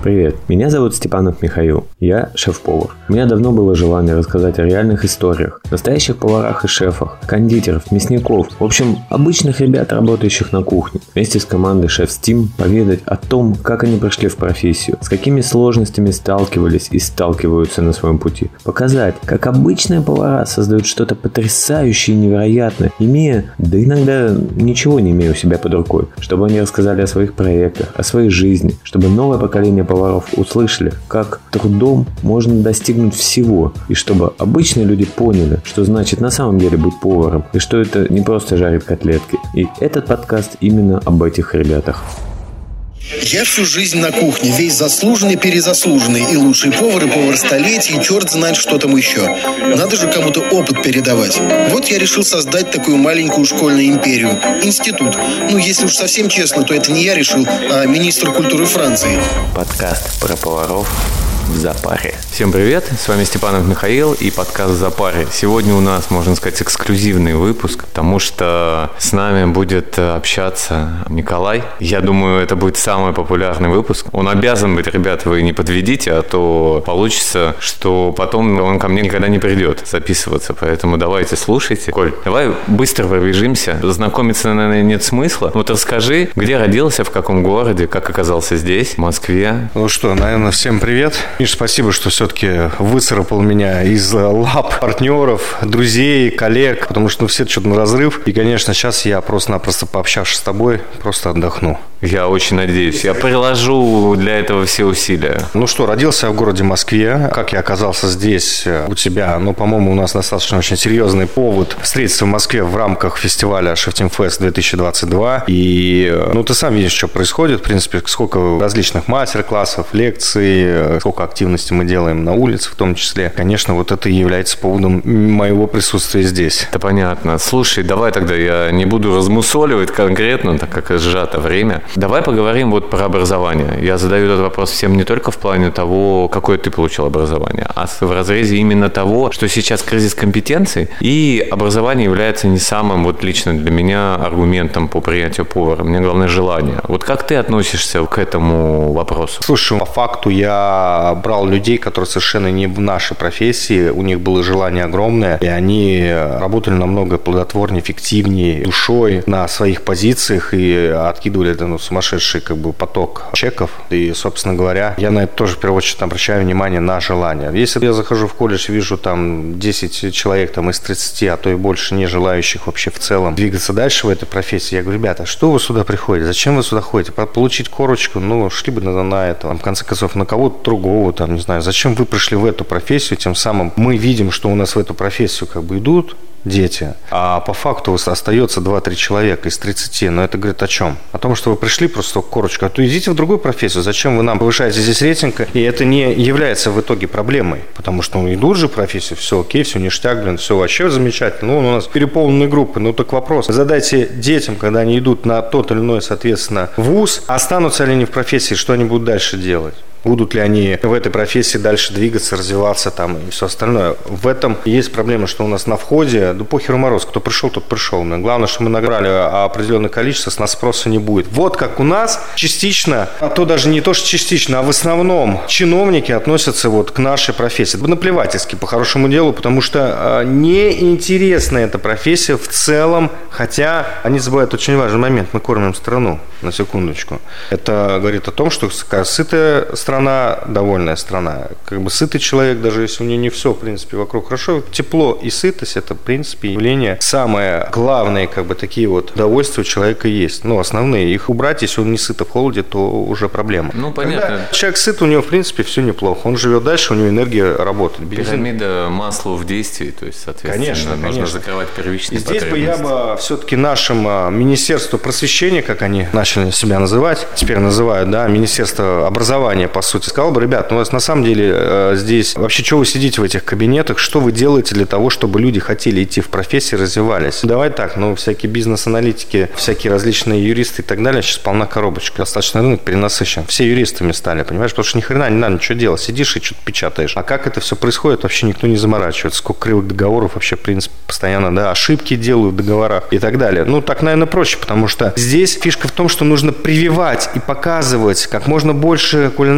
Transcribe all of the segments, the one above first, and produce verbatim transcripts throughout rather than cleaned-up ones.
Привет, меня зовут Степанов Михаил, я шеф-повар. У меня давно было желание рассказать о реальных историях, настоящих поварах и шефах, кондитеров, мясников, в общем, обычных ребят, работающих на кухне. Вместе с командой Chef's Team поведать о том, как они пришли в профессию, с какими сложностями сталкивались и сталкиваются на своем пути. Показать, как обычные повара создают что-то потрясающее и невероятное, имея, да иногда ничего не имея у себя под рукой, чтобы они рассказали о своих проектах, о своей жизни, чтобы новое поколение поваров услышали, как трудом можно достигнуть всего, и чтобы обычные люди поняли, что значит на самом деле быть поваром, и что это не просто жарить котлетки. И этот подкаст именно об этих ребятах. Я всю жизнь на кухне, весь заслуженный, перезаслуженный, и лучший повар, и повар столетий, и черт знает, что там еще. Надо же кому-то опыт передавать. Вот я решил создать такую маленькую школьную империю. Институт. Ну, если уж совсем честно, то это не я решил, а министр культуры Франции. Подкаст про поваров в запаре. Всем привет, с вами Степанов Михаил и подкаст в запаре. Сегодня у нас, можно сказать, эксклюзивный выпуск, потому что с нами будет общаться Николай. Я думаю, это будет самый популярный выпуск. Он обязан быть, ребят, вы не подведите, а то получится, что потом он ко мне никогда не придет записываться. Поэтому давайте слушайте. Коль, давай быстро пробежимся. Знакомиться, наверное, нет смысла. Вот расскажи, где родился, в каком городе, как оказался здесь, в Москве. Ну что, наверное, всем привет. Миш, спасибо, что все-таки выцарапал меня из лап партнеров, друзей, коллег, потому что ну, все что-то на разрыв. И, конечно, сейчас я просто-напросто, пообщавшись с тобой, просто отдохну. Я очень надеюсь. Я приложу для этого все усилия. Ну что, родился я в городе Москве. Как я оказался здесь у тебя? Ну, по-моему, у нас достаточно очень серьезный повод встретиться в Москве в рамках фестиваля Chef Team Fest две тысячи двадцать два. И, ну, ты сам видишь, что происходит. В принципе, сколько различных мастер-классов, лекций, сколько активности мы делаем на улице в том числе. Конечно, вот это и является поводом моего присутствия здесь. Это понятно. Слушай, давай тогда я не буду размусоливать конкретно, так как сжато время. Давай поговорим вот про образование. Я задаю этот вопрос всем не только в плане того, какое ты получил образование, а в разрезе именно того, что сейчас кризис компетенций, и образование является не самым вот лично для меня аргументом по принятию повара. Мне главное желание. Вот как ты относишься к этому вопросу? Слушай, по факту я брал людей, которые совершенно не в нашей профессии, у них было желание огромное, и они работали намного плодотворнее, эффективнее, душой на своих позициях и откидывали это ну, сумасшедший как бы поток чеков. И, собственно говоря, я на это тоже в первую очередь обращаю внимание на желание. Если я захожу в колледж и вижу там десять человек там, из тридцати, а то и больше не желающих вообще в целом двигаться дальше в этой профессии, я говорю, ребята, что вы сюда приходите? Зачем вы сюда ходите? Получить корочку? Ну, шли бы на, на это. В конце концов, на кого-то другого, там, не знаю, зачем вы пришли в эту профессию? Тем самым мы видим, что у нас в эту профессию как бы идут дети, а по факту остается два-три человека из тридцати. Но это говорит о чем? О том, что вы пришли просто в корочку, а то идите в другую профессию. Зачем вы нам повышаете здесь рейтинг? И это не является в итоге проблемой, потому что ну, идут же профессию, все окей, все ништяк, блин, все вообще замечательно. Ну, у нас переполненные группы. Ну, так вопрос. Задайте детям, когда они идут на тот или иной, соответственно, вуз, останутся ли они в профессии, что они будут дальше делать? Будут ли они в этой профессии дальше двигаться, развиваться там и все остальное. В этом есть проблема, что у нас на входе, да похеру мороз, кто пришел, тот пришел. Главное, что мы набрали определенное количество, с нас спроса не будет. Вот как у нас частично, а то даже не то, что частично, а в основном чиновники относятся вот к нашей профессии. Наплевательски по хорошему делу, потому что неинтересна эта профессия в целом, хотя они забывают очень важный момент. Мы кормим страну, на секундочку. Это говорит о том, что сытая страна, довольная страна. Как бы сытый человек, даже если у него не все, в принципе, вокруг хорошо, тепло и сытость – это, в принципе, явление самое главное, как бы, такие вот удовольствия у человека есть. Ну, основные. Их убрать, если он не сыт, а в холоде, то уже проблема. Ну, понятно. Когда человек сыт, у него, в принципе, все неплохо. Он живет дальше, у него энергия работает. Пирамида Маслоу в действии, то есть, соответственно, конечно, нужно конечно. закрывать первичные потребности. Здесь бы я бы все-таки нашему Министерству просвещения, как они начали себя называть, теперь называют, да, Министерство образования, по сути, сказал бы, ребят, ну, у вас на самом деле здесь вообще, что вы сидите в этих кабинетах, что вы делаете для того, чтобы люди хотели идти в профессии, развивались? Давай так, ну, всякие бизнес-аналитики, всякие различные юристы и так далее, сейчас полна коробочка. Достаточно рынок перенасыщен. Все юристами стали, понимаешь? Потому что ни хрена не надо ничего делать. Сидишь и что-то печатаешь. А как это все происходит, вообще никто не заморачивается. Сколько кривых договоров вообще, в принципе, постоянно, да, ошибки делают в договорах и так далее. Ну, так, наверное, проще, потому что здесь фишка в том, что нужно прививать и показывать как можно больше кулинарных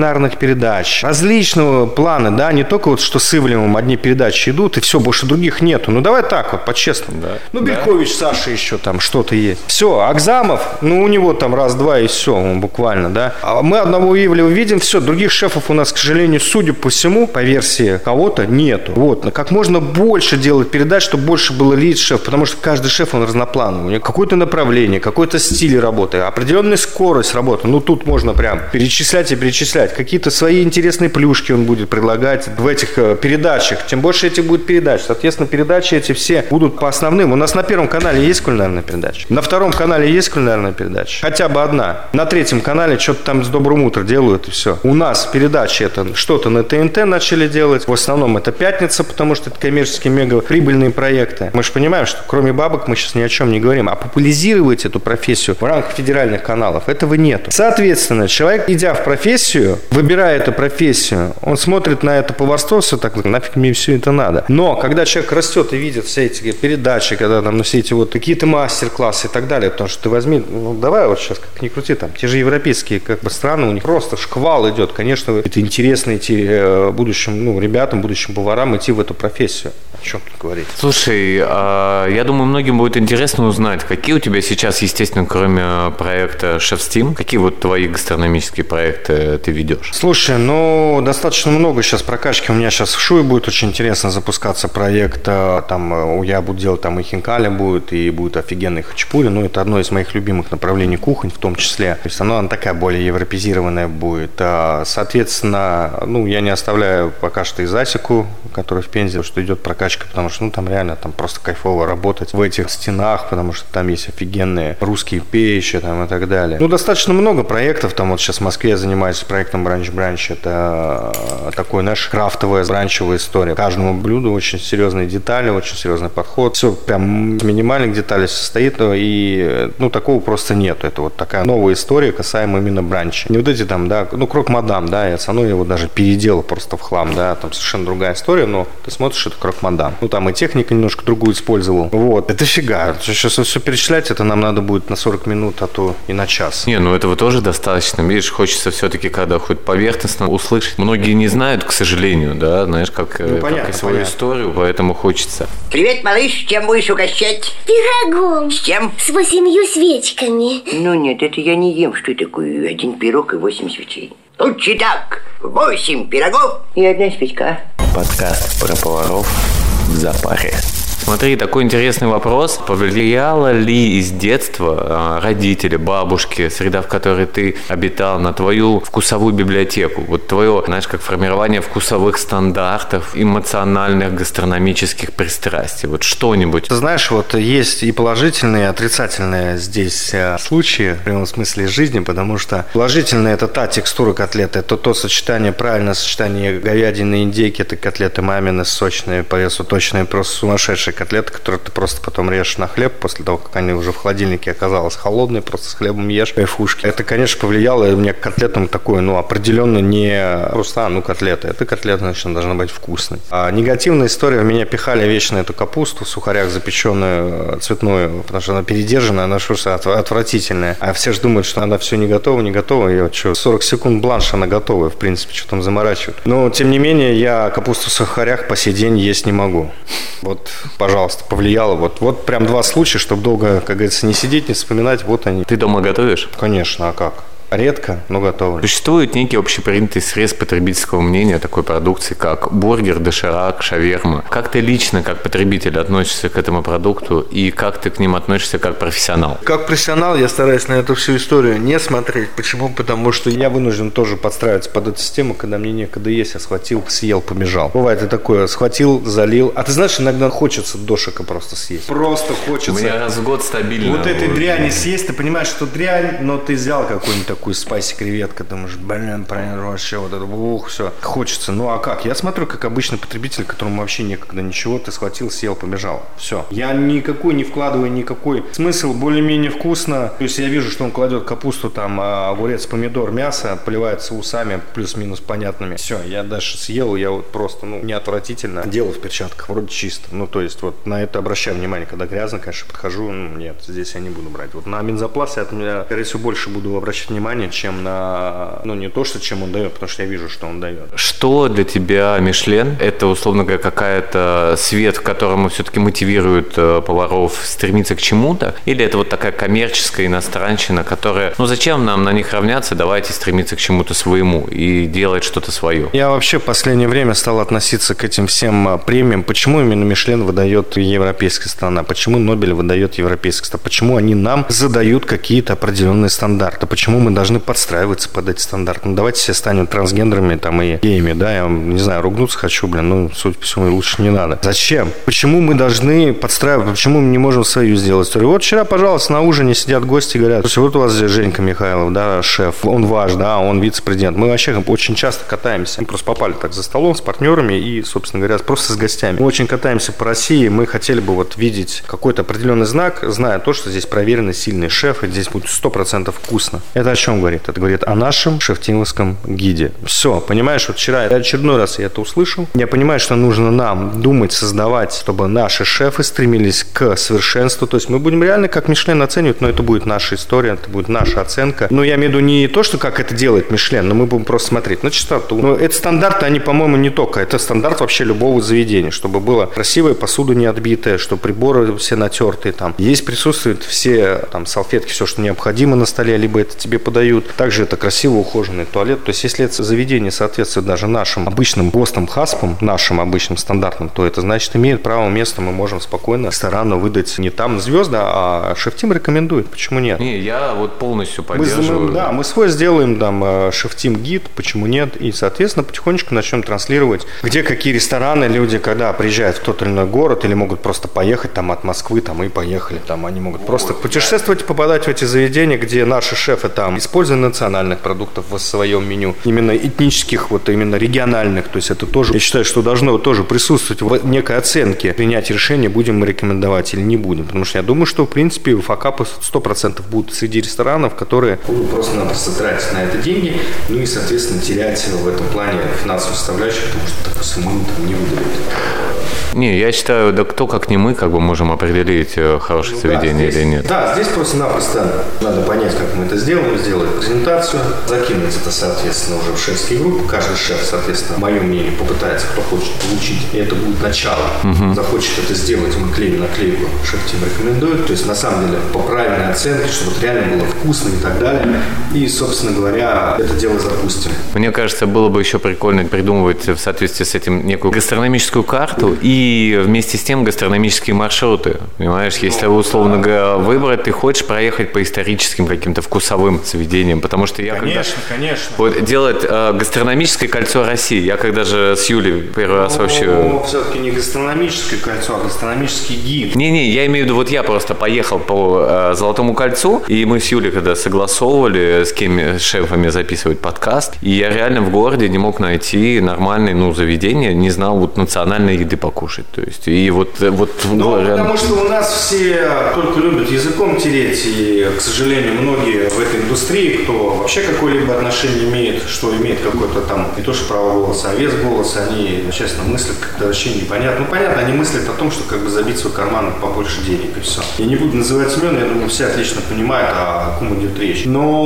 кулинарных передач, различного плана, да, не только вот что с Ивлевым одни передачи идут, и все, больше других нету. Ну, давай так вот, по-честному. Да. Ну, Белькович, да. Саша еще там что-то есть. Все, Акзамов, ну, у него там раз-два и все, он буквально, да. А мы одного Ивлева видим, все, других шефов у нас, к сожалению, судя по всему, по версии кого-то, нету. Вот, но как можно больше делать передач, чтобы больше было лиц шеф, потому что каждый шеф, он разноплановый. У него какое-то направление, какой-то стиль работы, определенная скорость работы. Ну, тут можно прям перечислять и перечислять. Какие-то свои интересные плюшки он будет предлагать в этих передачах. Чем больше этих будет передач, соответственно, передачи эти все будут по основным. У нас на Первом канале есть кулинарная передача. На Втором канале есть кулинарная передача. Хотя бы одна. На Третьем канале что-то там с добрым утром делают, и все. У нас передачи это что-то на ТНТ начали делать. В основном это «Пятница», потому что это коммерческие мега прибыльные проекты. Мы же понимаем, что кроме бабок мы сейчас ни о чем не говорим. А популяризировать эту профессию в рамках федеральных каналов этого нет. Соответственно, человек, идя в профессию, выбирая эту профессию, он смотрит на это поварство, все так, нафиг мне все это надо. Но когда человек растет и видит все эти передачи, когда там, ну, все эти вот какие-то мастер-классы и так далее, потому что ты возьми, ну, давай вот сейчас, как ни крути, там, те же европейские как бы страны, у них просто шквал идет. Конечно, это интересно идти э, будущим, ну, ребятам, будущим поварам идти в эту профессию. О чем тут говорить? Слушай, э, я думаю, многим будет интересно узнать, какие у тебя сейчас, естественно, кроме проекта «Шеф-Стим», какие вот твои гастрономические проекты ты ведешь? Слушай, ну, достаточно много сейчас прокачки. У меня сейчас в Шуе будет очень интересно запускаться проект. Там я буду делать, там и хинкали будет, и будет офигенный хачапури. Ну, это одно из моих любимых направлений кухонь в том числе. То есть она, она такая более европезированная будет. Соответственно, ну, я не оставляю пока что и Засику, который в Пензе, что идет прокачка, потому что, ну, там реально там просто кайфово работать в этих стенах, потому что там есть офигенные русские печи там и так далее. Ну, достаточно много проектов. Там вот сейчас в Москве я занимаюсь проектом «Бранч-Бранч». Это такой наш крафтовая бранчевая история. Каждому блюду очень серьезные детали, очень серьезный подход. Все прям минимальных деталей состоит, и, ну, такого просто нету. Это вот такая новая история, касаемо именно бранча. Не вот эти там, да, ну, крок-мадам, да, я оно его даже переделал просто в хлам, да, там совершенно другая история, но ты смотришь, это крок-мадам. Ну, там и техника немножко другую использовал. Вот. Это фига. Сейчас все перечислять, это нам надо будет на сорок минут, а то и на час. Не, ну этого тоже достаточно. Видишь, хочется все-таки, когда хоть поверхностно услышать. Многие не знают, к сожалению, да, знаешь, как, ну, понятно, как и свою понятно. Историю, поэтому хочется. Привет, малыш, чем будешь угощать? Пирогом. С чем? С восемью свечками. Ну нет, это я не ем, что такое один пирог и восемь свечей. Лучше так, восемь пирогов и одна свечка. Подкаст про поваров в запаре. Смотри, такой интересный вопрос. Повлияло ли из детства родители, бабушки, среда, в которой ты обитал, на твою вкусовую библиотеку? Вот твое, знаешь, как формирование вкусовых стандартов, эмоциональных, гастрономических пристрастий. Вот что-нибудь. Ты знаешь, вот есть и положительные, и отрицательные здесь случаи, в прямом смысле жизни, потому что положительные – это та текстура котлеты, это то сочетание, правильное сочетание говядины и индейки, это котлеты мамины, сочные, по весу точные, просто сумасшедшие котлеты, которые ты просто потом режешь на хлеб после того, как они уже в холодильнике оказалось холодные, просто с хлебом ешь, кайфушки. Это, конечно, повлияло, и у меня к котлетам такое, ну, определенно не просто, а, ну, котлеты. Это котлета, значит, должна быть вкусной. А негативная история, в меня пихали вечно эту капусту в сухарях запеченную, цветную, потому что она передержанная, она просто отвратительная. А все же думают, что она все не готова, не готова. И вот что, сорок секунд бланш, она готовая, в принципе, что там заморачивать. Но, тем не менее, я капусту в сухарях по сей день есть не могу. Вот, пожалуйста, повлияло. Вот, вот прям два случая, чтобы долго, как говорится, не сидеть, не вспоминать. Вот они. Ты дома готовишь? Конечно, а как? Редко, но готовы. Существует некий общепринятый срез потребительского мнения такой продукции, как бургер, доширак, шаверма. Как ты лично, как потребитель, относишься к этому продукту и как ты к ним относишься как профессионал? Как профессионал я стараюсь на эту всю историю не смотреть. Почему? Потому что я вынужден тоже подстраиваться под эту систему, когда мне некогда есть, я схватил, съел, побежал. Бывает и такое, схватил, залил. А ты знаешь, иногда хочется дошика просто съесть. Просто хочется. У меня раз в год стабильно. Вот этой дряни съесть, ты понимаешь, что дрянь, но ты взял какую-нибудь такую такую спайси креветка, думаешь, блин, вообще вот это, ух, все, хочется. Ну а как? Я смотрю, как обычный потребитель, которому вообще некогда ничего, ты схватил, съел, побежал. Все. Я никакой не вкладываю никакой смысл, более-менее вкусно. То есть я вижу, что он кладет капусту, там, огурец, помидор, мясо, поливает соусами, плюс-минус понятными. Все, я дальше съел, я вот просто, ну, не отвратительно. Дело в перчатках, вроде чисто. Ну, то есть вот на это обращаю внимание, когда грязно, конечно, подхожу, ну, нет, здесь я не буду брать. Вот на бензопласт я, от меня, скорее всего, больше буду обращать внимание внимание, чем на, ну, не то, что чем он дает, потому что я вижу, что он дает. Что для тебя Мишлен? Это, условно говоря, какая-то свет, к которому все-таки мотивирует поваров стремиться к чему-то? Или это вот такая коммерческая иностранщина, которая, ну зачем нам на них равняться, давайте стремиться к чему-то своему и делать что-то свое? Я вообще в последнее время стал относиться к этим всем премиям. Почему именно Мишлен выдает европейская страна? Почему Нобель выдает европейская страна? Почему они нам задают какие-то определенные стандарты? Почему мы должны подстраиваться под эти стандарты? Ну, давайте все станем трансгендерами там, и геями, да? Я, не знаю, ругнуться хочу, блин, ну, судя по всему, лучше не надо. Зачем? Почему мы должны подстраиваться? Почему мы не можем свою сделать историю? Вот вчера, пожалуйста, на ужине сидят гости и говорят, вот у вас здесь Женька Михайлов, да, шеф, он ваш, да, он вице-президент. Мы вообще очень часто катаемся. Мы просто попали так за столом с партнерами и, собственно говоря, просто с гостями. Мы очень катаемся по России, мы хотели бы вот видеть какой-то определенный знак, зная то, что здесь проверенный сильный шеф, и здесь будет сто процентов вкусно. Это о чем говорит? Это говорит о нашем шеф-тимовском гиде. Все, понимаешь, вот вчера я очередной раз я это услышал. Я понимаю, что нужно нам думать, создавать, чтобы наши шефы стремились к совершенству. То есть мы будем реально как Мишлен оценивать, но это будет наша история, это будет наша оценка. Но я имею в виду не то, что как это делает Мишлен, но мы будем просто смотреть на чистоту. Но это стандарты, они, по-моему, не только. Это стандарт вообще любого заведения, чтобы было красивая посуда не отбитая, чтобы приборы все натертые там. Есть присутствуют все там салфетки, все, что необходимо на столе, либо это тебе подают. Также это красиво ухоженный туалет. То есть если это заведение соответствует даже нашим обычным ГОСТам, ХАСПам, нашим обычным стандартам, то это значит имеет право место, мы можем спокойно ресторану выдать не там звезды, а шеф-тим рекомендует. Почему нет? Не, я вот полностью поддерживаю. Мы, да, мы свой сделаем там шеф-тим гид, почему нет? И, соответственно, потихонечку начнем транслировать, где какие рестораны люди, когда приезжают в тот или иной город, или могут просто поехать там от Москвы там и поехали там, они могут просто путешествовать, попадать в эти заведения, где наши шефы там используют национальных продуктов в своем меню, именно этнических, вот именно региональных, то есть это тоже, я считаю, что должно тоже присутствовать в некой оценке, принять решение, будем мы рекомендовать или не будем, потому что я думаю, что в принципе факапы сто процентов будут среди ресторанов, которые будут просто-напросто тратить на это деньги, ну и, соответственно, терять в этом плане финансовую составляющую, потому что, допустим, мы там не выдают. Не, я считаю, да кто как не мы, как бы можем определить, хорошее ну, заведение да, здесь, или нет. Да, здесь просто-напросто надо понять, как мы это сделаем, сделать презентацию, закинуть это, соответственно, уже в шефские группы. Каждый шеф, соответственно, мое мнение, попытается, кто хочет получить, и это будет начало. Угу. Захочет это сделать, мы клеим наклейку, шеф-тим рекомендует. То есть, на самом деле, по правильной оценке, чтобы это реально было вкусно и так далее. И, собственно говоря, это дело запустим. Мне кажется, было бы еще прикольно придумывать в соответствии с этим некую гастрономическую карту и И вместе с тем гастрономические маршруты. Понимаешь, если условно говоря выбрать, ты хочешь проехать по историческим каким-то вкусовым заведениям, потому что я конечно, когда... конечно. Вот делать э, гастрономическое кольцо России. Я когда же с Юлей первый раз вообще... Ну, все-таки не гастрономическое кольцо, а гастрономический гид. Не-не, я имею в виду, вот я просто поехал по э, Золотому кольцу, и мы с Юлей когда согласовывали, с кем с шефами записывать подкаст, и я реально в городе не мог найти нормальное, ну, заведение, не знал вот национальной еды покушать. То есть, и вот, вот ну, реально... потому что у нас все только любят языком тереть, и, к сожалению, многие в этой индустрии, кто вообще какое-либо отношение имеет, что имеет какой-то там, не то что право голоса, а вес голоса, они, честно, мыслят как-то вообще непонятно. Ну, понятно, они мыслят о том, что как бы забить в свой карман побольше денег, и все. Я не буду называть имен, я думаю, все отлично понимают, о ком идет речь.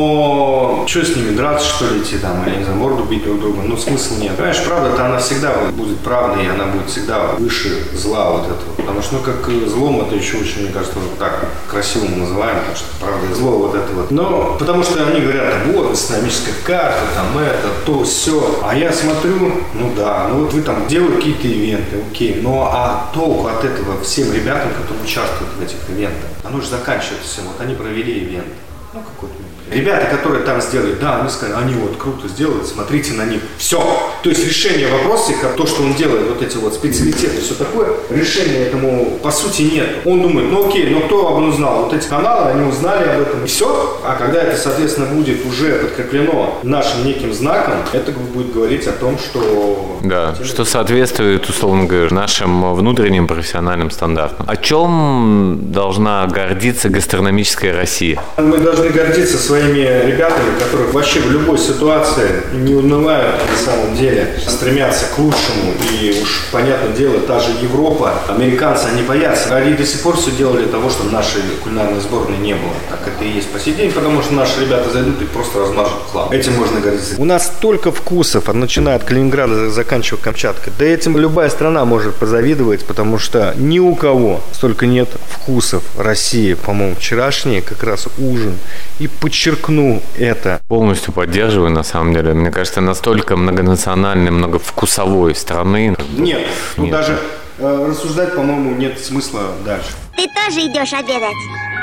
Но что с ними, драться, что ли, идти там, или, не знаю, морду бить друг друга, ну, смысла нет. Понимаешь, правда-то она всегда будет правдой, и она будет всегда выше зла вот этого. Потому что, ну, как злом, это еще очень, мне кажется, вот так красиво мы называем, потому что правда и зло вот это вот. Но, потому что они говорят, вот, гастрономическая карта, там это, то, все. А я смотрю, ну да, ну вот вы там делаете какие-то ивенты, окей. Ну, а толку от этого всем ребятам, которые участвуют в этих ивентах? Оно же заканчивается всем. Вот они провели ивент. Ну, какой-то. Ребята, которые там сделали, да, они сказали, они вот круто сделают, смотрите на них. Все. То есть решение вопроса, то, что он делает, вот эти вот специалитеты, все такое, решения этому по сути нет. Он думает, ну окей, но кто об этом узнал? Вот эти каналы, они узнали об этом, и все. А когда это, соответственно, будет уже подкреплено нашим неким знаком, это будет говорить о том, что... Да, что соответствует, условно говоря, нашим внутренним профессиональным стандартам. О чем должна гордиться гастрономическая Россия? Мы должны должны гордиться своими ребятами, которые вообще в любой ситуации не унывают, на самом деле стремятся к лучшему. И уж, понятное дело, та же Европа, американцы, они боятся. Они до сих пор все делали для того, чтобы нашей кулинарной сборной не было. Так это и есть по сей день, потому что наши ребята зайдут и просто размажут хлам. Этим можно гордиться. У нас столько вкусов, начиная от Калининграда, заканчивая Камчаткой. Да этим любая страна может позавидовать, потому что ни у кого столько нет вкусов. Россия, по-моему, вчерашний как раз ужин. И подчеркну это. Полностью поддерживаю, на самом деле. Мне кажется, настолько многонациональной, многовкусовой страны. Нет, ну даже э, рассуждать, по-моему, нет смысла дальше. Ты тоже идешь обедать?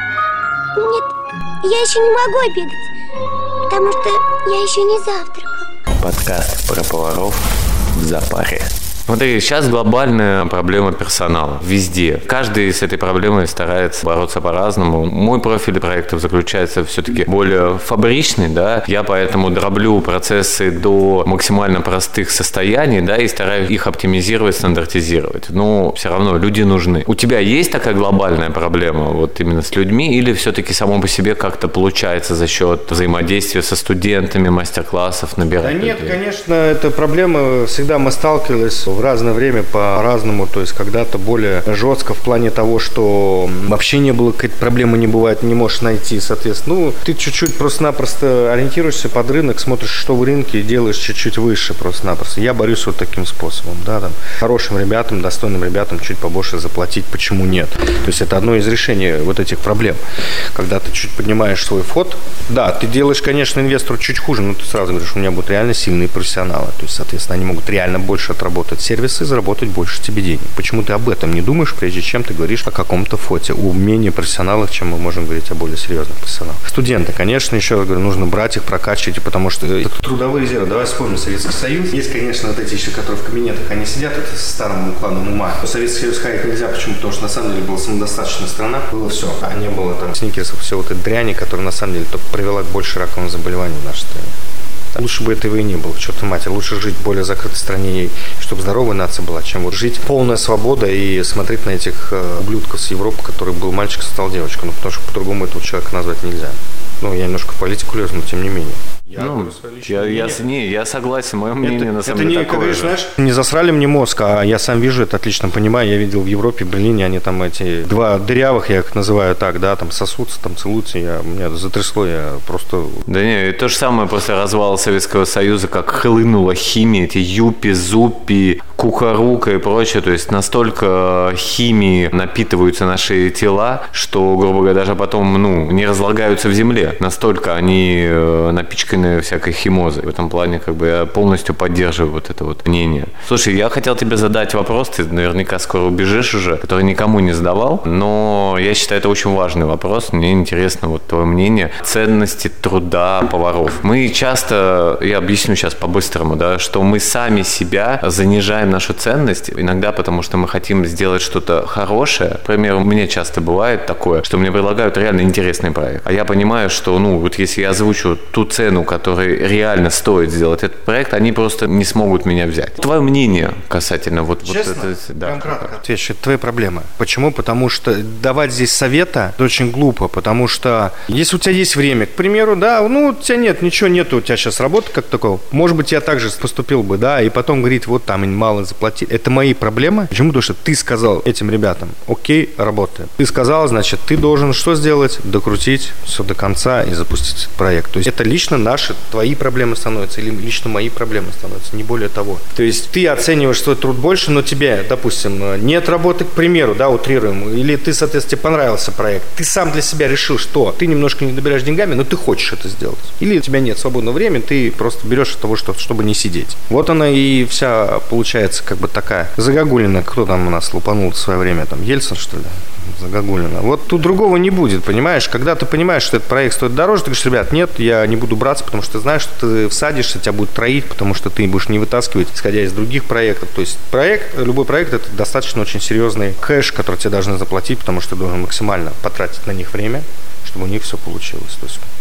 Нет, я еще не могу обедать, потому что я еще не завтракал. Подкаст про поваров в запаре. Смотри, сейчас глобальная проблема персонала везде. Каждый с этой проблемой старается бороться по-разному. Мой профиль проектов заключается все-таки более фабричный, да. Я поэтому дроблю процессы до максимально простых состояний, да, и стараюсь их оптимизировать, стандартизировать. Но все равно люди нужны. У тебя есть такая глобальная проблема вот именно с людьми, или все-таки само по себе как-то получается за счет взаимодействия со студентами, мастер-классов набирать? Да нет, людей? конечно, эта проблема, всегда мы сталкивались в разное время по-разному, то есть когда-то более жестко в плане того, что вообще не было, какой-то проблемы не бывает, не можешь найти, соответственно. Ну, ты чуть-чуть просто-напросто ориентируешься под рынок, смотришь, что в рынке, и делаешь чуть-чуть выше просто-напросто. Я борюсь вот таким способом, да, там, хорошим ребятам, достойным ребятам чуть побольше заплатить, почему нет? То есть это одно из решений вот этих проблем. Когда ты чуть поднимаешь свой фот, да, ты делаешь, конечно, инвестору чуть хуже, но ты сразу говоришь, у меня будут реально сильные профессионалы, то есть, соответственно, они могут реально больше отработать сервисы, заработать больше тебе денег. Почему ты об этом не думаешь, прежде чем ты говоришь о каком-то фоте, у менее профессионалов, чем мы можем говорить о более серьезных профессионалах? Студенты, конечно, еще раз говорю, нужно брать их, прокачивать, потому что это трудовые резервы. Давай вспомним Советский Союз. Есть, конечно, вот эти еще, которые в кабинетах, они сидят, это с старым укладом ума. В Советский Союз ходить нельзя, почему? Потому что на самом деле была самодостаточная страна, было все, а не было там сникерсов, все вот этой дряни, которая на самом деле только привела к больше раковым заболеваниям в нашей стране. Лучше бы этого и не было, черт матери. Лучше жить в более закрытой стране, чтобы здоровая нация была, чем вот жить полная свобода и смотреть на этих ублюдков с Европы, который был мальчик, стал девочкой. Ну, потому что по-другому этого человека назвать нельзя. Ну, я немножко в политику лезу, но тем не менее. Я, ну, я, я, не, я согласен, мое мнение это, на самом деле не, такое говоришь, знаешь, не засрали мне мозг, а я сам вижу это, отлично понимаю. Я видел в Европе, в Берлине, они там эти два дырявых, я их называю так, да, там сосутся, там целуются, я, меня затрясло, я просто... Да не, то же самое после развала Советского Союза, как хлынула химия, эти юпи, зупи, кукарука и прочее, то есть настолько химии напитываются наши тела, что, грубо говоря, даже потом, ну, не разлагаются в земле, настолько они напичканы всякой химозой. В этом плане как бы я полностью поддерживаю вот это вот мнение. Слушай, я хотел тебе задать вопрос, ты наверняка скоро убежишь уже, который никому не задавал, но я считаю, это очень важный вопрос. Мне интересно вот твое мнение. Ценности труда поваров. Мы часто, я объясню сейчас по-быстрому, да, что мы сами себя занижаем нашу ценность, иногда потому что мы хотим сделать что-то хорошее. К примеру, мне часто бывает такое, что мне предлагают реально интересный проект, а я понимаю, что, ну, вот если я озвучу ту цену, который реально стоит сделать этот проект, они просто не смогут меня взять. Твое мнение касательно вот, вот это... Да. Прям кратко отвечу, это твоя проблема. Почему? Потому что давать здесь совета очень глупо, потому что если у тебя есть время, к примеру, да, ну, у тебя нет, ничего нету, у тебя сейчас работы как такого, может быть, я также поступил бы, да, и потом говорить, вот там мало заплатили. Это мои проблемы. Почему? Потому что ты сказал этим ребятам, окей, работаем. Ты сказал, значит, ты должен что сделать? Докрутить все до конца и запустить проект. То есть это лично наш Наши, твои проблемы становятся, или лично мои проблемы становятся, не более того. То есть ты оцениваешь свой труд больше, но тебе, допустим, нет работы, к примеру, да, утрируем, или ты, соответственно, тебе понравился проект, ты сам для себя решил, что ты немножко не добираешь деньгами, но ты хочешь это сделать. Или у тебя нет свободного времени, ты просто берешь от того, что, чтобы не сидеть. Вот она и вся получается как бы такая загогулина. Кто там у нас лупанул в свое время, там, Ельцин, что ли? Загогулина. Вот тут другого не будет, понимаешь? Когда ты понимаешь, что этот проект стоит дороже, ты говоришь, ребят, нет, я не буду браться, потому что ты знаешь, что ты всадишься, тебя будут троить, потому что ты будешь не вытаскивать, исходя из других проектов. То есть проект, любой проект – это достаточно очень серьезный кэш, который тебе должны заплатить, потому что ты должен максимально потратить на них время, чтобы у них все получилось. То есть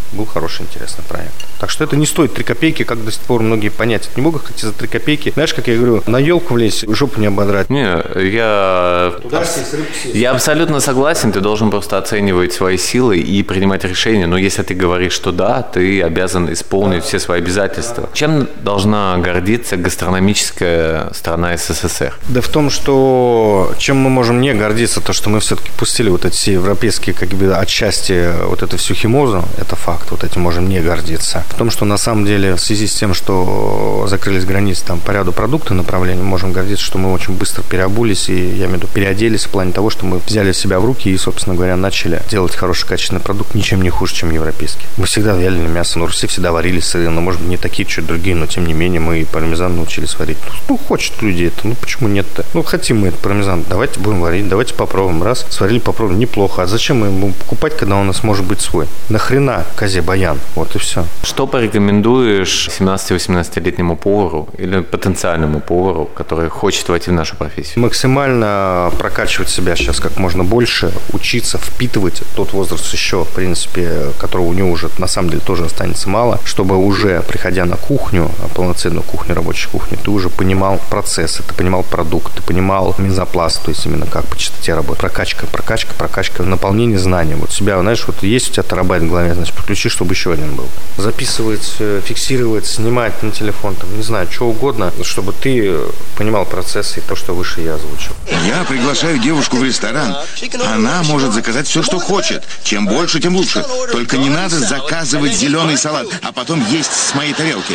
Был хороший, интересный проект. Так что это не стоит три копейки, как до сих пор многие понять не могут, хотя за три копейки. Знаешь, как я говорю, на елку влезть, жопу не ободрать. Не, я... Туда сесть, рыбку сесть. Я абсолютно согласен, ты должен просто оценивать свои силы и принимать решения. Но если ты говоришь, что да, ты обязан исполнить да. все свои обязательства. Да. Чем должна гордиться гастрономическая страна СССР? Да в том, что чем мы можем не гордиться, то, что мы все-таки пустили вот эти все европейские, как бы, отчасти вот эту всю химозу, это факт, вот этим можем не гордиться. В том, что на самом деле в связи с тем, что закрылись границы там по ряду продуктов направлений, можем гордиться, что мы очень быстро переобулись, и я имею в виду переоделись в плане того, что мы взяли себя в руки и, собственно говоря, начали делать хороший качественный продукт, ничем не хуже, чем европейский. Мы всегда вялили мясо, на Руси всегда варили сыры, но, может быть, не такие, чуть другие, но, тем не менее, мы и пармезан научились варить. Ну, хочет люди это, ну, почему нет-то? Ну, хотим мы этот пармезан, давайте будем варить, давайте попробуем. Раз, сварили, попробуем, неплохо. А зачем мы ему покупать, когда у нас может быть свой? Нахрена козе баян? Вот и все. Что порекомендуешь семнадцати-восемнадцатилетнему повару или потенциальному повару, который хочет войти в нашу профессию? Максимально прокачивать себя сейчас как можно больше, учиться, впитывать тот возраст еще, в принципе, которого у него уже на самом деле тоже останется мало, чтобы уже, приходя на кухню, полноценную кухню, рабочую кухню, ты уже понимал процессы, ты понимал продукт, ты понимал мезопласт, то есть именно как по частоте работы. Прокачка, прокачка, прокачка, наполнение знаний. Вот себя, знаешь, вот есть у тебя терабайт в голове, значит, подключи, чтобы еще один был. Записывать, фиксировать, снимать на телефон, там, не знаю, что угодно, чтобы ты понимал процессы и то, что выше я озвучил. Я приглашаю девушку в ресторан. Она может заказать все, что хочет. Чем больше, тем лучше. Только не надо заказывать зеленый салат, а потом есть с моей тарелки.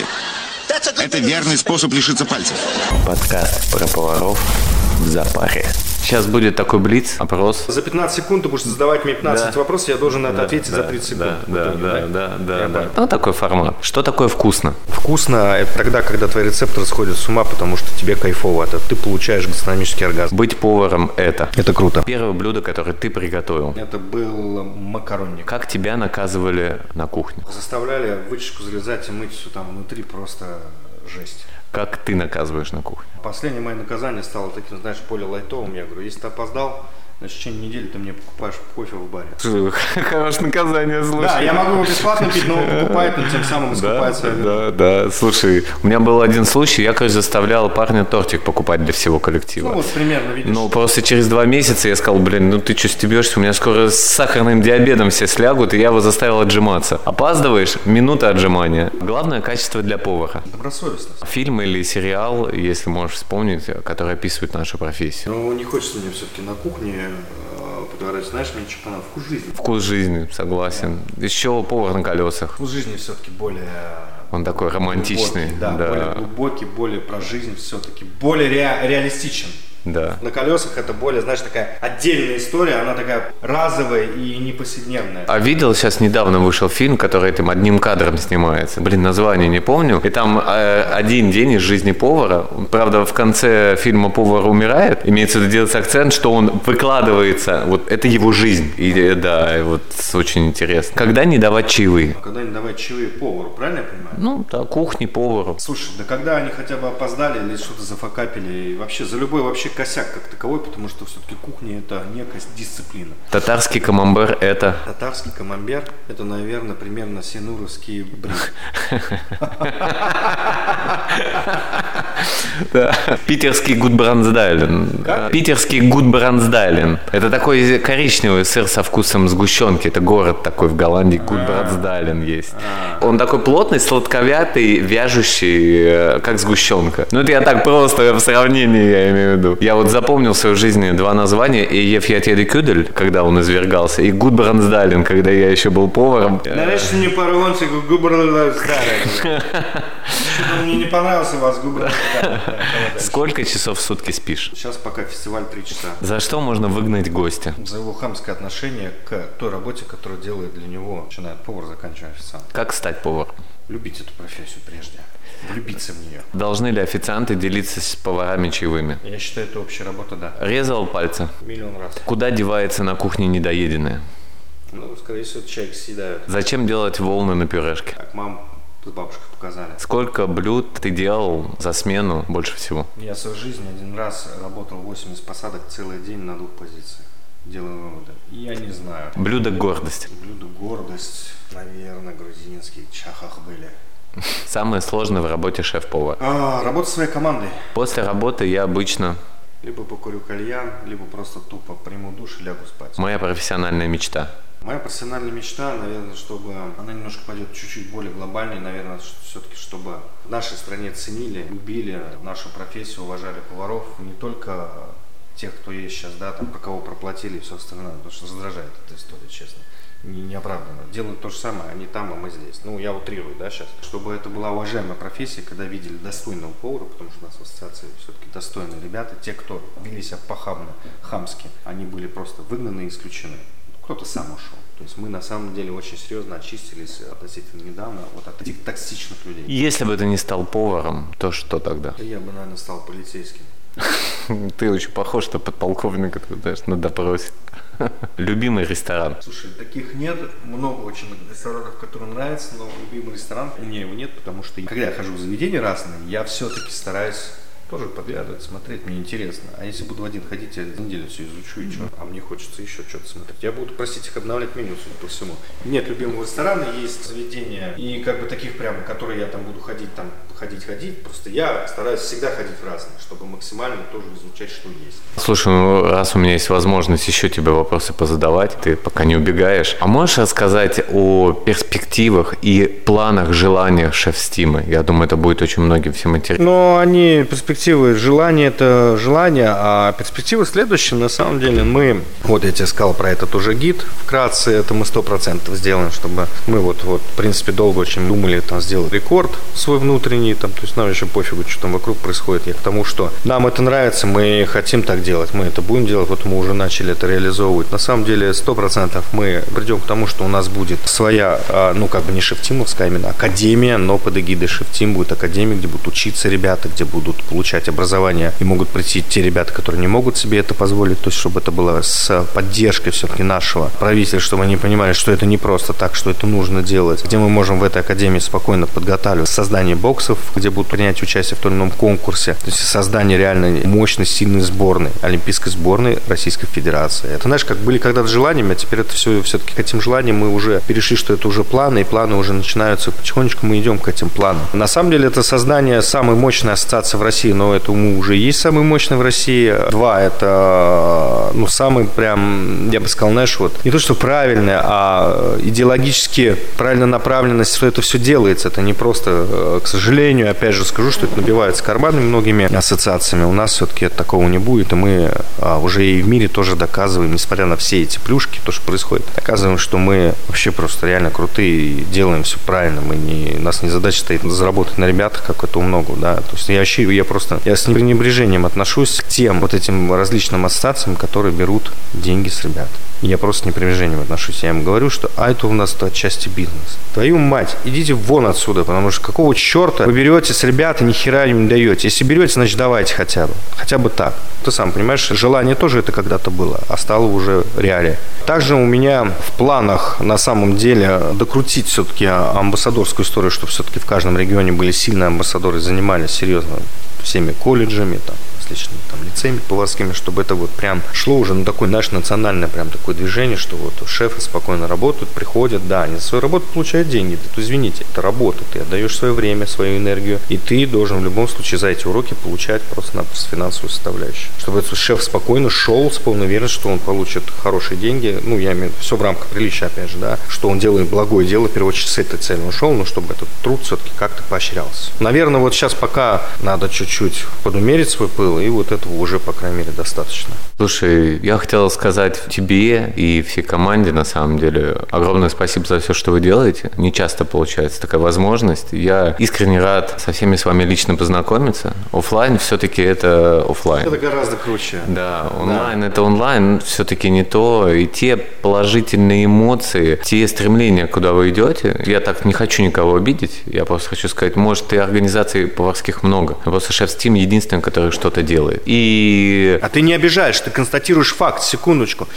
Это верный способ лишиться пальцев. Подкаст про поваров в запаре. Сейчас будет такой блиц, опрос. За пятнадцать секунд ты будешь задавать мне пятнадцать да. вопросов, я должен на это да, ответить да, за тридцать секунд. Да, да, да, да, да, да. Ну, такой формат. Что такое вкусно? Вкусно – это тогда, когда твои рецепторы сходят с ума, потому что тебе кайфово. Это ты получаешь гастрономический оргазм. Быть поваром – это? Это круто. Первое блюдо, которое ты приготовил? Это был макаронник. Как тебя наказывали на кухне? Заставляли вытяжку залезать и мыть все там внутри, просто жесть. Как ты наказываешь на кухне? Последнее мое наказание стало таким, знаешь, более лайтовым. Я говорю, если ты опоздал, значит, в течение недели ты мне покупаешь кофе в баре. Хорошее наказание, слушай. Да, я могу его бесплатно пить, но он покупает, он тем самым искупается. Да, да, слушай, у меня был один случай, я, короче, заставлял парня тортик покупать для всего коллектива. Ну, вот примерно, видишь. Ну, просто через два месяца я сказал, блин, ну ты что, стебешься, у меня скоро с сахарным диабетом все слягут, и я его заставил отжиматься. Опаздываешь, минута отжимания. Главное качество для повара. Добросовестность. Фильм или сериал, если можешь вспомнить, который описывает нашу профессию. Ну, не хочется мне все-таки на кухне подворачивать, знаешь, мне что понравилось? Вкус жизни. Вкус жизни, согласен. Да. Еще повар на колесах. Вкус жизни все-таки более... Он такой романтичный. Глубокий, да, да, более глубокий, более про жизнь все-таки, более ре- реалистичен. Да. На колесах это более, знаешь, такая отдельная история, она такая разовая и не повседневная. А видел, сейчас недавно вышел фильм, который этим одним кадром снимается. Блин, название не помню. И там э, один день из жизни повара. Правда, в конце фильма повар умирает. Имеется в виду делать акцент, что он выкладывается. Вот это его жизнь. И да, и вот очень интересно. Когда не давать чаевые? Когда не давать чаевые повару, правильно я понимаю? Ну, да, кухне, повару. Слушай, да когда они хотя бы опоздали или что-то зафакапили, и вообще за любой вообще косяк как таковой, потому что все-таки кухня – это некая дисциплина. Татарский камамбер – это? Татарский камамбер – это, наверное, примерно синуровский брик. Питерский гудбрансдайлен. Питерский гудбрансдайлен. Это такой коричневый сыр со вкусом сгущенки. Это город такой в Голландии, гудбрансдайлен есть. Он такой плотный, сладковятый, вяжущий, как сгущенка. Ну, это я так просто в сравнении, я имею в виду. Я вот запомнил в своей жизни два названия. И Ефьятьеди Кюдель, когда он извергался, и Гудбрансдайлен, когда я еще был поваром. Нарежьте мне пару вонцев Гудбрансдайлен. Что-то мне не понравился у вас Гудбрансдайлен. Сколько часов в сутки спишь? Сейчас пока фестиваль три часа. За что можно выгнать гостя? За его хамское отношение к той работе, которую делает для него, начиная от повара, заканчивая официантом. Как стать поваром? Любить эту профессию прежде. Влюбиться в нее. Должны ли официанты делиться с поварами чаевыми? Я считаю, это общая работа, да. Резал пальцы? Миллион раз. Куда девается на кухне недоеденное? Ну, скорее всего, человек съедает. Зачем делать волны на пюрешке? Как мама с бабушкой показали. Сколько блюд ты делал за смену больше всего? Я в своей жизни один раз работал восемьдесят посадок целый день на двух позициях. делаю выводы. Я не знаю. Блюдо гордости. Блюдо гордость, наверное, грузинский чахах были. Самое сложное в работе шеф-повара? А, работа своей командой. После работы я обычно... Либо покурю кальян, либо просто тупо приму душ и лягу спать. Моя профессиональная мечта. Моя профессиональная мечта, наверное, чтобы она немножко пойдет чуть-чуть более глобальной, наверное, все-таки, чтобы в нашей стране ценили, любили нашу профессию, уважали поваров, не только тех, кто есть сейчас, да, там, про кого проплатили и все остальное, потому что раздражает эта история, честно. Не, неоправданно. Делают то же самое, они там, а мы здесь. Ну, я утрирую, да, сейчас. Чтобы это была уважаемая профессия, когда видели достойного повара, потому что у нас в ассоциации все-таки достойные ребята, те, кто вели себя похабно, хамски, они были просто выгнаны и исключены. Кто-то сам ушел. То есть мы на самом деле очень серьезно очистились относительно недавно вот от этих токсичных людей. Если бы ты не стал поваром, то что тогда? Я бы, наверное, стал полицейским. Ты очень похож на подполковника, знаешь, на допросе. Любимый ресторан? Слушай, таких нет. Много очень ресторанов, которые нравятся, но любимый ресторан у меня его нет, потому что когда я хожу в заведения разные, я все-таки стараюсь тоже подглядывать, смотреть, мне интересно. А если буду один ходить, я за неделю все изучу и что? А мне хочется еще что-то смотреть. Я буду просить их обновлять меню, судя по всему. Нет любимого ресторана, есть заведения, и как бы таких прямо, которые я там буду ходить, там, ходить-ходить. Просто я стараюсь всегда ходить в разные, чтобы максимально тоже изучать, что есть. Слушай, ну раз у меня есть возможность еще тебе вопросы позадавать, ты пока не убегаешь. А можешь рассказать о перспективах и планах, желаниях шеф-стима? Я думаю, это будет очень многим всем интересно. Но они перспективы. Желание – это желание, а перспективы следующие. На самом деле мы, вот я тебе сказал про этот уже гид, вкратце это мы сто процентов сделаем, чтобы мы вот, вот в принципе долго очень думали там сделать рекорд свой внутренний, там, то есть нам еще пофигу, что там вокруг происходит. Я к тому, что нам это нравится, мы хотим так делать, мы это будем делать, вот мы уже начали это реализовывать. На самом деле сто процентов мы придем к тому, что у нас будет своя, ну как бы не шеф-тимовская, именно академия, но под эгидой шеф-тим будет академия, где будут учиться ребята, где будут получать образование и могут прийти те ребята, которые не могут себе это позволить, то есть чтобы это было с поддержкой все-таки нашего правительства, чтобы они понимали, что это не просто так, что это нужно делать, где мы можем в этой академии спокойно подготавливать создание боксов, где будут принять участие в том или ином конкурсе, то есть создание реально мощной, сильной сборной, олимпийской сборной Российской Федерации. Это, знаешь, как были когда-то желаниями, а теперь это все все-таки к этим желаниям мы уже перешли, что это уже планы, и планы уже начинаются, потихонечку мы идем к этим планам. На самом деле это создание самой мощной ассоциации в России, но это ум уже есть самый мощный в России. Два, это, ну, самый прям, я бы сказал, знаешь, вот, не то, что правильное, а идеологически правильная направленность, что это все делается. Это не просто, к сожалению, опять же скажу, что это набивается карманами многими ассоциациями. У нас все-таки такого не будет, и мы а, уже и в мире тоже доказываем, несмотря на все эти плюшки, то, что происходит, доказываем, что мы вообще просто реально крутые и делаем все правильно. Мы не, у нас не задача стоит заработать на ребятах, как это у много, да. То есть я вообще, я просто, я с пренебрежением отношусь к тем вот этим различным ассоциациям, которые берут деньги с ребят. Я просто с непренебрежением отношусь. Я им говорю, что а это у нас-то отчасти бизнес. Твою мать, идите вон отсюда, потому что какого черта вы берете с ребят и ни хера им не даете. Если берете, значит давайте хотя бы. Хотя бы так. Ты сам понимаешь, желание тоже это когда-то было, а стало уже реалией. Также у меня в планах на самом деле докрутить все-таки амбассадорскую историю, чтобы все-таки в каждом регионе были сильные амбассадоры, занимались серьезно всеми колледжами, там, различными там, лицеями поварскими, чтобы это вот прям шло уже на такое, знаешь, национальное прям такое движение, что вот шефы спокойно работают, приходят, да, они за свою работу получают деньги, то извините, это работа, ты отдаешь свое время, свою энергию, и ты должен в любом случае за эти уроки получать просто-напросто финансовую составляющую. Чтобы этот шеф спокойно шел с полной уверенностью, что он получит хорошие деньги, ну, я имею в виду, все в рамках приличия, опять же, да, что он делает благое дело, в первую очередь с этой целью он шел, но чтобы этот труд все-таки как-то поощрялся. Наверное, вот сейчас пока надо чуть-чуть подумерить свой пыл, и вот этого уже, по крайней мере, достаточно. Слушай, я хотел сказать тебе и всей команде, на самом деле, огромное спасибо за все, что вы делаете. Не часто получается такая возможность. Я искренне рад со всеми с вами лично познакомиться. Оффлайн все-таки это оффлайн. Это гораздо круче. Да, онлайн да. Это онлайн, все-таки не то. И те положительные эмоции, те стремления, куда вы идете, я так не хочу никого обидеть. Я просто хочу сказать, может, и организаций поварских много. Просто шеф-стим единственный, который что-то делает. И... А ты не обижаешь, ты констатируешь факт, секундочку. Есть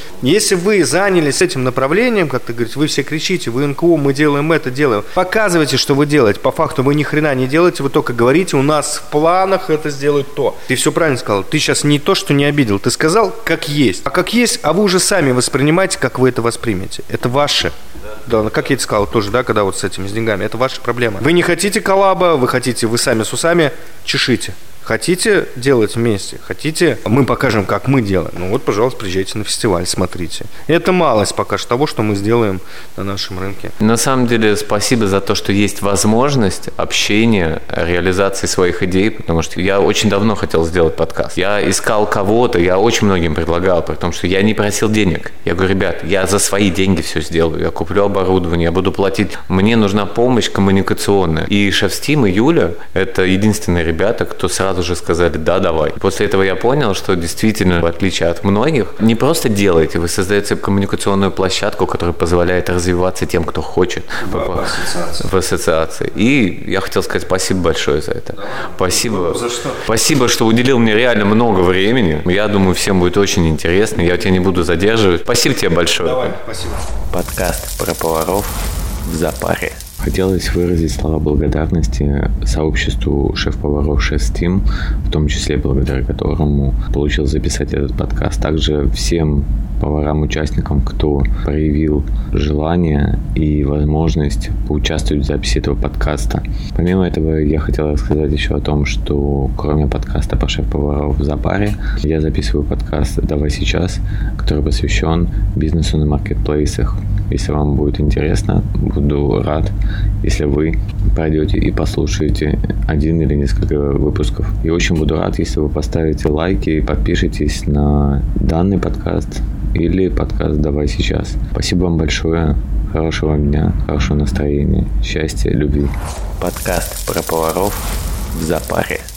Если вы занялись этим направлением, как ты говоришь, вы все кричите, вы эн ка о, мы делаем это, делаем. Показывайте, что вы делаете. По факту вы ни хрена не делаете, вы только говорите, у нас в планах это сделать то. Ты все правильно сказал. Ты сейчас не то, что не обидел. Ты сказал, как есть. А как есть, а вы уже сами воспринимаете, как вы это воспримете. Это ваше. Да, ну, как я тебе сказал тоже, да, когда вот с этим, с деньгами, это ваша проблема. Вы не хотите коллаба, вы хотите, вы сами с усами, чешите. Хотите делать вместе? Хотите? Мы покажем, как мы делаем. Ну вот, пожалуйста, приезжайте на фестиваль, смотрите. Это малость пока что того, что мы сделаем на нашем рынке. На самом деле, спасибо за то, что есть возможность общения, реализации своих идей, потому что я очень давно хотел сделать подкаст. Я искал кого-то, я очень многим предлагал, потому что я не просил денег. Я говорю, ребят, я за свои деньги все сделаю. Я куплю оборудование, я буду платить. Мне нужна помощь коммуникационная. И Шефстим, и Юля – это единственные ребята, кто сразу уже сказали, да, давай. После этого я понял, что действительно, в отличие от многих, не просто делаете, вы создаете коммуникационную площадку, которая позволяет развиваться тем, кто хочет в, в, ассоциации. в ассоциации. И я хотел сказать спасибо большое за это. Да. Спасибо. За что? Спасибо, что уделил мне реально много времени. Я думаю, всем будет очень интересно. Я тебя не буду задерживать. Спасибо тебе большое. Давай, спасибо. Подкаст про поваров в запаре. Хотелось выразить слова благодарности сообществу шеф-поваров Шефстим, в том числе благодаря которому получил записать этот подкаст. Также всем поварам-участникам, кто проявил желание и возможность поучаствовать в записи этого подкаста. Помимо этого, я хотел рассказать еще о том, что кроме подкаста по шеф-поваров в запаре, я записываю подкаст «Давай сейчас», который посвящен бизнесу на маркетплейсах. Если вам будет интересно, буду рад, если вы пройдете и послушаете один или несколько выпусков. И очень буду рад, если вы поставите лайки и подпишитесь на данный подкаст или подкаст «Давай сейчас». Спасибо вам большое. Хорошего вам дня, хорошего настроения, счастья, любви. Подкаст про поваров в запаре.